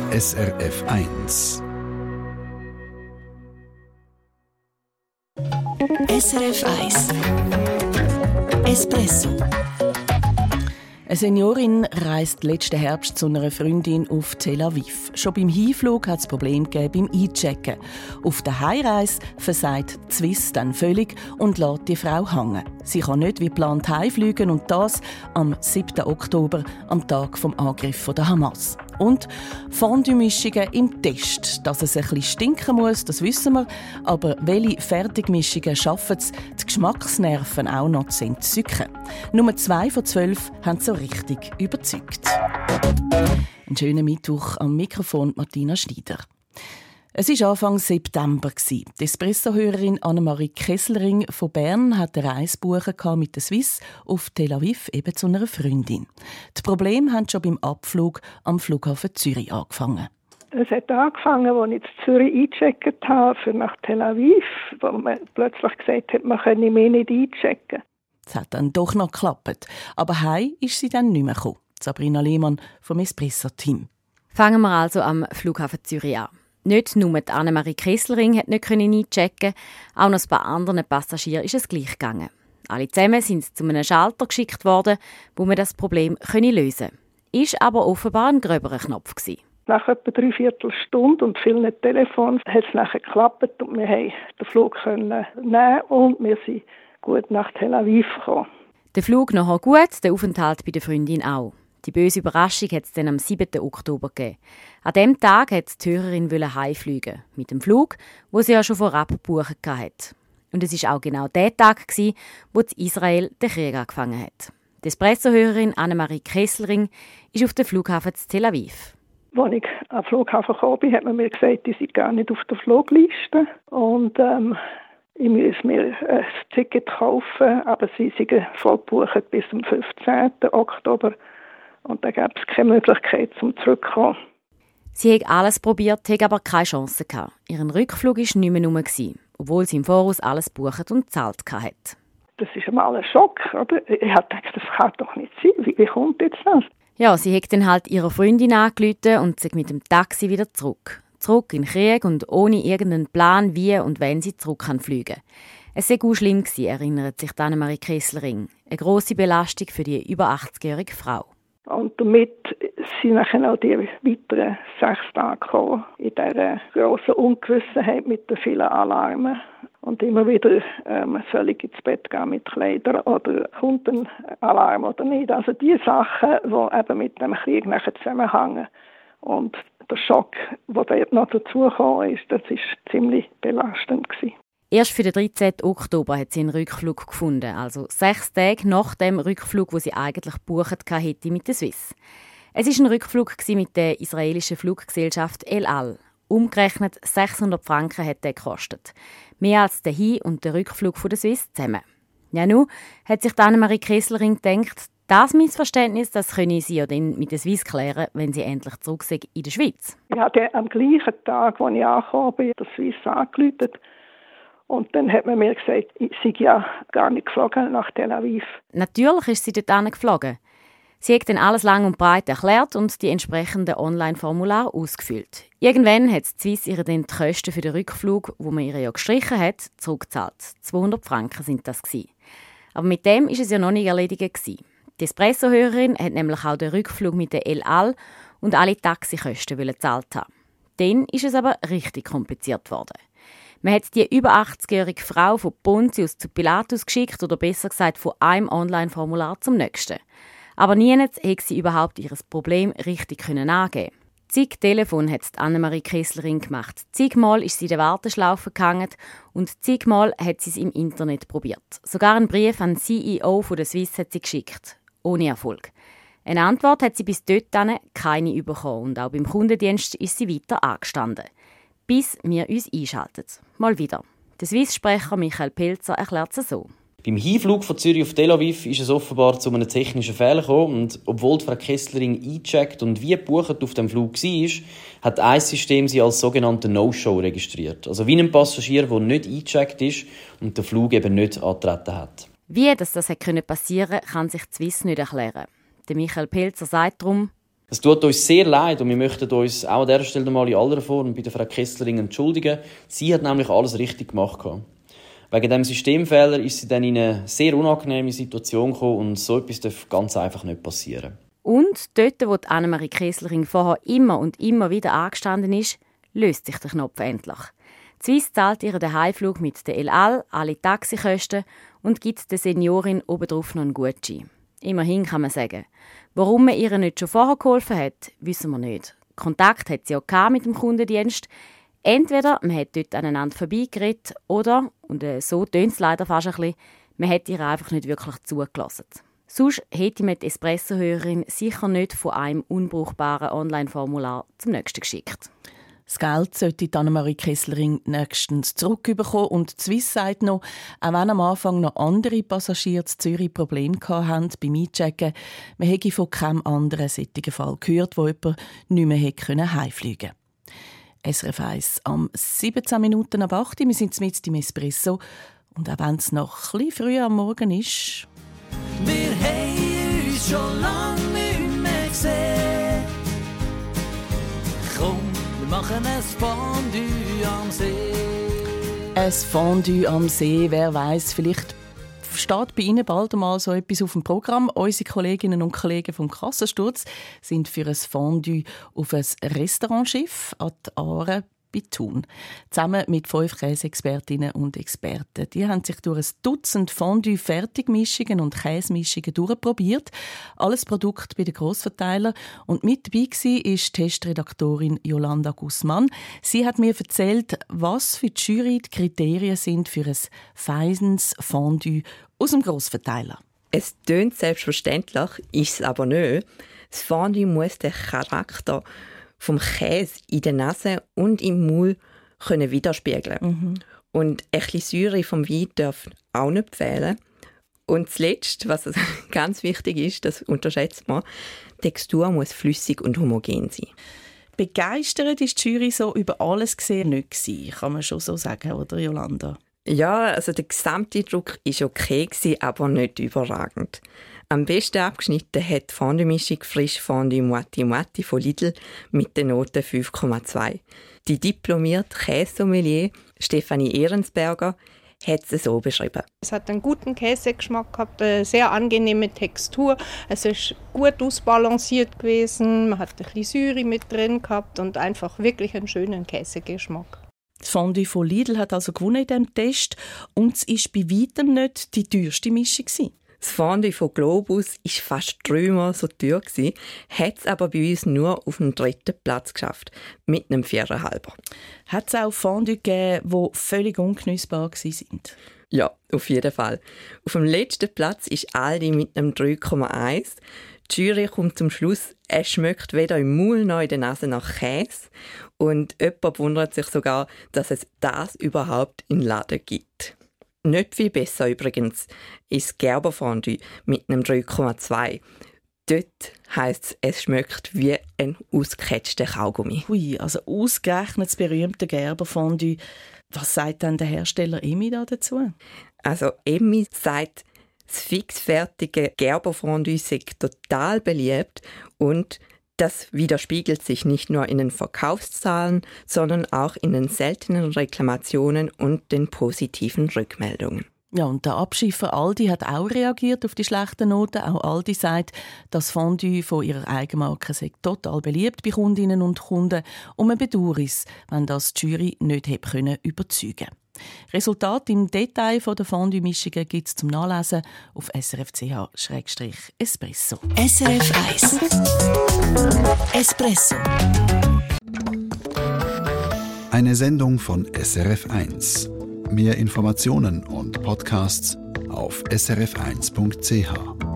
SRF 1. SRF 1 Espresso. Eine Seniorin reist letzten Herbst zu einer Freundin auf Tel Aviv. Schon beim Hinflug hat es Probleme gegeben beim Einchecken. Auf der Heimreise versagt die Swiss dann völlig und lässt die Frau hängen. Sie kann nicht wie geplant heimfliegen und das am 7. Oktober, am Tag des Angriffs der Hamas. Und Fondue-Mischungen im Test. Dass es ein bisschen stinken muss, das wissen wir. Aber welche Fertigmischungen schaffen es, die Geschmacksnerven auch noch zu entzücken? Nur 2 von 12 haben so richtig überzeugt. Einen schönen Mittwoch am Mikrofon Martina Schneider. Es war Anfang September. Die Espresso-Hörerin Annemarie Kesselring von Bern hat eine Reise buchen mit der Swiss auf Tel Aviv, eben zu einer Freundin. Die Probleme haben schon beim Abflug am Flughafen Zürich angefangen. Es hat angefangen, als ich in Zürich eingecheckt habe für nach Tel Aviv, wo man plötzlich gesagt hat, man könne mich nicht einchecken. Es hat dann doch noch geklappt. Aber heim ist sie dann nicht mehr gekommen. Sabrina Lehmann vom Espresso-Team. Fangen wir also am Flughafen Zürich an. Nicht nur die Annemarie Kesselring hat nicht einchecken, auch noch ein paar anderen Passagieren ist es gleich gegangen. Alle zusammen sind zu einem Schalter geschickt worden, wo man das Problem lösen konnte. Ist aber offenbar ein gröberer Knopf gewesen. Nach etwa 3/4 Stunde und vielen Telefons hat es nachher geklappt und wir konnten den Flug nehmen und wir sind gut nach Tel Aviv gekommen. Der Flug nachher gut, der Aufenthalt bei der Freundin auch. Die böse Überraschung hat es dann am 7. Oktober gegeben. An diesem Tag wollte die Hörerin heimfliegen. Mit dem Flug, den sie ja schon vorab gebucht hatte. Und es war auch genau der Tag, wo Israel den Krieg angefangen hat. Die Espresso-Hörerin Annemarie Kesselring ist auf dem Flughafen zu Tel Aviv. Als ich am Flughafen gekommen bin, hat man mir gesagt, ich sei gar nicht auf der Flugliste. Und ich muss mir ein Ticket kaufen, aber sie sind voll gebucht bis zum 15. Oktober. Und da gab es keine Möglichkeit, zum zurückzukommen. Sie hat alles probiert, hat aber keine Chance gehabt. Ihren Rückflug war nicht mehr rum, obwohl sie im Voraus alles gebucht und gezahlt hatte. Das ist einmal ein Schock, oder? Ich habe gedacht, das kann doch nicht sein. Wie kommt jetzt das? Ja, sie hat dann halt ihre Freundin angerufen und sich mit dem Taxi wieder zurück. Zurück in den Krieg und ohne irgendeinen Plan, wie und wann sie zurück fliegen kann. Es war auch schlimm, erinnert sich Annemarie Kesselring. Eine grosse Belastung für die über 80-jährige Frau. Und damit sind nachher auch die weiteren 6 Tage gekommen, in dieser grossen Ungewissenheit mit den vielen Alarmen. Und immer wieder, soll ich ins Bett gehen mit Kleidern oder kommt ein Alarm oder nicht. Also die Sachen, die eben mit dem Krieg nachher zusammenhängen. Und der Schock, der dort noch dazugekommen ist, das war ziemlich belastend gewesen. Erst für den 13. Oktober hat sie einen Rückflug gefunden, also 6 Tage nach dem Rückflug, den sie eigentlich gebucht hätte mit der Swiss. Es war ein Rückflug mit der israelischen Fluggesellschaft El Al. Umgerechnet 600 Franken hat der gekostet. Mehr als der Hin- und der Rückflug von der Swiss zusammen. Ja, nun hat sich Annemarie Kesselring gedacht, das Missverständnis, das könne sie ja dann mit der Swiss klären, wenn sie endlich zurück sind in der Schweiz. Ich habe am gleichen Tag, als ich angekommen bin, der Swiss angerufen. Und dann hat man mir gesagt, ich sei ja gar nicht geflogen nach Tel Aviv. Natürlich ist sie dort geflogen. Sie hat dann alles lang und breit erklärt und die entsprechenden Online-Formulare ausgefüllt. Irgendwann hat die Swiss ihr dann die Kosten für den Rückflug, wo man ihr ja gestrichen hat, zurückgezahlt. 200 Franken sind das gewesen. Aber mit dem ist es ja noch nicht erledigt gewesen. Die Espresso-Hörerin hat nämlich auch den Rückflug mit der El Al und alle Taxikosten gezahlt haben. Dann ist es aber richtig kompliziert worden. Man hat die über 80-jährige Frau von Pontius zu Pilatus geschickt, oder besser gesagt von einem Online-Formular zum nächsten. Aber niemand hat sie überhaupt ihr Problem richtig angeben. Zig Telefon hat Annemarie Kesselring gemacht. Zigmal ist sie in der Warteschlaufe gehangen und zigmal hat sie es im Internet probiert. Sogar einen Brief an den CEO von der Swiss hat sie geschickt. Ohne Erfolg. Eine Antwort hat sie bis dorthin keine bekommen und auch beim Kundendienst ist sie weiter angestanden. Bis wir uns einschalten. Mal wieder. Der Swiss-Sprecher Michael Pilzer erklärt es so. Beim Hinflug von Zürich auf Tel Aviv ist es offenbar zu einem technischen Fehler gekommen. Und obwohl Frau Kesselring eingecheckt und wie gebucht auf dem Flug war, hat ein System sie als sogenannte No-Show registriert. Also wie ein Passagier, der nicht eingecheckt ist und den Flug eben nicht angetreten hat. Wie das passieren konnte, kann sich die Swiss nicht erklären. Der Michael Pilzer sagt darum, Es tut uns sehr leid und wir möchten uns auch an dieser Stelle mal in aller Form bei der Frau Kesslerin entschuldigen. Sie hat nämlich alles richtig gemacht. Wegen diesem Systemfehler ist sie dann in eine sehr unangenehme Situation gekommen und so etwas darf ganz einfach nicht passieren. Und dort, wo Annemarie Kesslerin vorher immer und immer wieder angestanden ist, löst sich der Knopf endlich. Die Swiss zahlt ihr den Heimflug mit der El Al, alle Taxikosten und gibt der Seniorin obendrauf noch einen Gutschein. Immerhin kann man sagen. Warum man ihr nicht schon vorher geholfen hat, wissen wir nicht. Kontakt hat sie auch mit dem Kundendienst. Entweder man hat dort aneinander vorbeigeredet oder, und so tönt es leider fast ein bisschen, man hat ihr einfach nicht wirklich zugelassen. Sonst hätte man die Espresso-Hörerin sicher nicht von einem unbrauchbaren Online-Formular zum nächsten geschickt. Das Geld sollte Annemarie Kesslerin nächstens zurückbekommen. Und die Swiss sagt noch, auch wenn am Anfang noch andere Passagiere in Zürich Probleme hatten beim Einchecken, man hätte von keinem anderen solchen Fall gehört, wo jemand nicht mehr hätte heimfliegen konnte. SRF 1 am 17 Minuten ab 8 Uhr. Wir sind mitten im Espresso. Und auch wenn es noch ein bisschen früh am Morgen ist... Wir haben uns schon lange nicht mehr gesehen. Komm, wir machen ein Fondue am See. Ein Fondue am See, wer weiss, vielleicht steht bei Ihnen bald einmal so etwas auf dem Programm. Unsere Kolleginnen und Kollegen vom Kassensturz sind für ein Fondue auf ein Restaurantschiff an die Aare bei Thun. Zusammen mit 5 Käseexpertinnen und Experten. Die haben sich durch ein Dutzend Fondue-Fertigmischungen und Käsemischungen durchprobiert. Alles Produkt bei den Grossverteilern. Und mit dabei war die Testredaktorin Yolanda Guzman. Sie hat mir erzählt, was für die Jury die Kriterien sind für ein feines Fondue aus dem Grossverteiler. Es tönt selbstverständlich, ist es aber nicht. Das Fondue muss den Charakter vom Käse in der Nase und im Maul können widerspiegeln. Und ein bisschen Säure vom Wein darf auch nicht fehlen. Und zuletzt, was ganz wichtig ist, das unterschätzt man, die Textur muss flüssig und homogen sein. Begeistert ist die Jury so über alles gesehen nicht gewesen, kann man schon so sagen, oder Yolanda? Ja, also der Gesamteindruck war okay, aber nicht überragend. Am besten abgeschnitten hat die Fondue-Mischung Frisch Fondue Moiti Moiti von Lidl mit der Note 5,2. Die diplomierte Käsesommelier Stefanie Ehrensberger hat es so beschrieben. Es hat einen guten Käsegeschmack gehabt, eine sehr angenehme Textur. Es ist gut ausbalanciert gewesen, man hat ein bisschen Säure mit drin gehabt und einfach wirklich einen schönen Käsegeschmack. Das Fondue von Lidl hat also gewonnen in diesem Test und es war bei weitem nicht die teuerste Mischung. Das Fondue von Globus war fast 3-mal so teuer, hat es aber bei uns nur auf den 3. Platz geschafft, mit einem 4,5. Hat es auch Fondue gegeben, die völlig ungenießbar waren? Ja, auf jeden Fall. Auf dem letzten Platz ist Aldi mit einem 3,1. Die Jury kommt zum Schluss, es schmeckt weder im Maul noch in der Nase nach Käse. Und jemand wundert sich sogar, dass es das überhaupt in Laden gibt. Nicht viel besser übrigens ist das Gerber-Fondue mit einem 3,2. Dort heisst es schmeckt wie ein ausgequetschter Kaugummi. Hui, also ausgerechnet das berühmte Gerber-Fondue. Was sagt denn der Hersteller Emmi da dazu? Also Emmi sagt, das fixfertige Gerber-Fondue sei total beliebt und das widerspiegelt sich nicht nur in den Verkaufszahlen, sondern auch in den seltenen Reklamationen und den positiven Rückmeldungen. Ja, und der Abschiffer Aldi hat auch reagiert auf die schlechten Noten. Auch Aldi sagt, das Fondue von ihrer Eigenmarke sei total beliebt bei Kundinnen und Kunden und man bedauere es, wenn das die Jury nicht hätte überzeugen können. Resultat im Detail der Fondue-Mischungen gibt es zum Nachlesen auf srfch/espresso. SRF 1 Espresso. Eine Sendung von SRF 1. Mehr Informationen und Podcasts auf srf1.ch.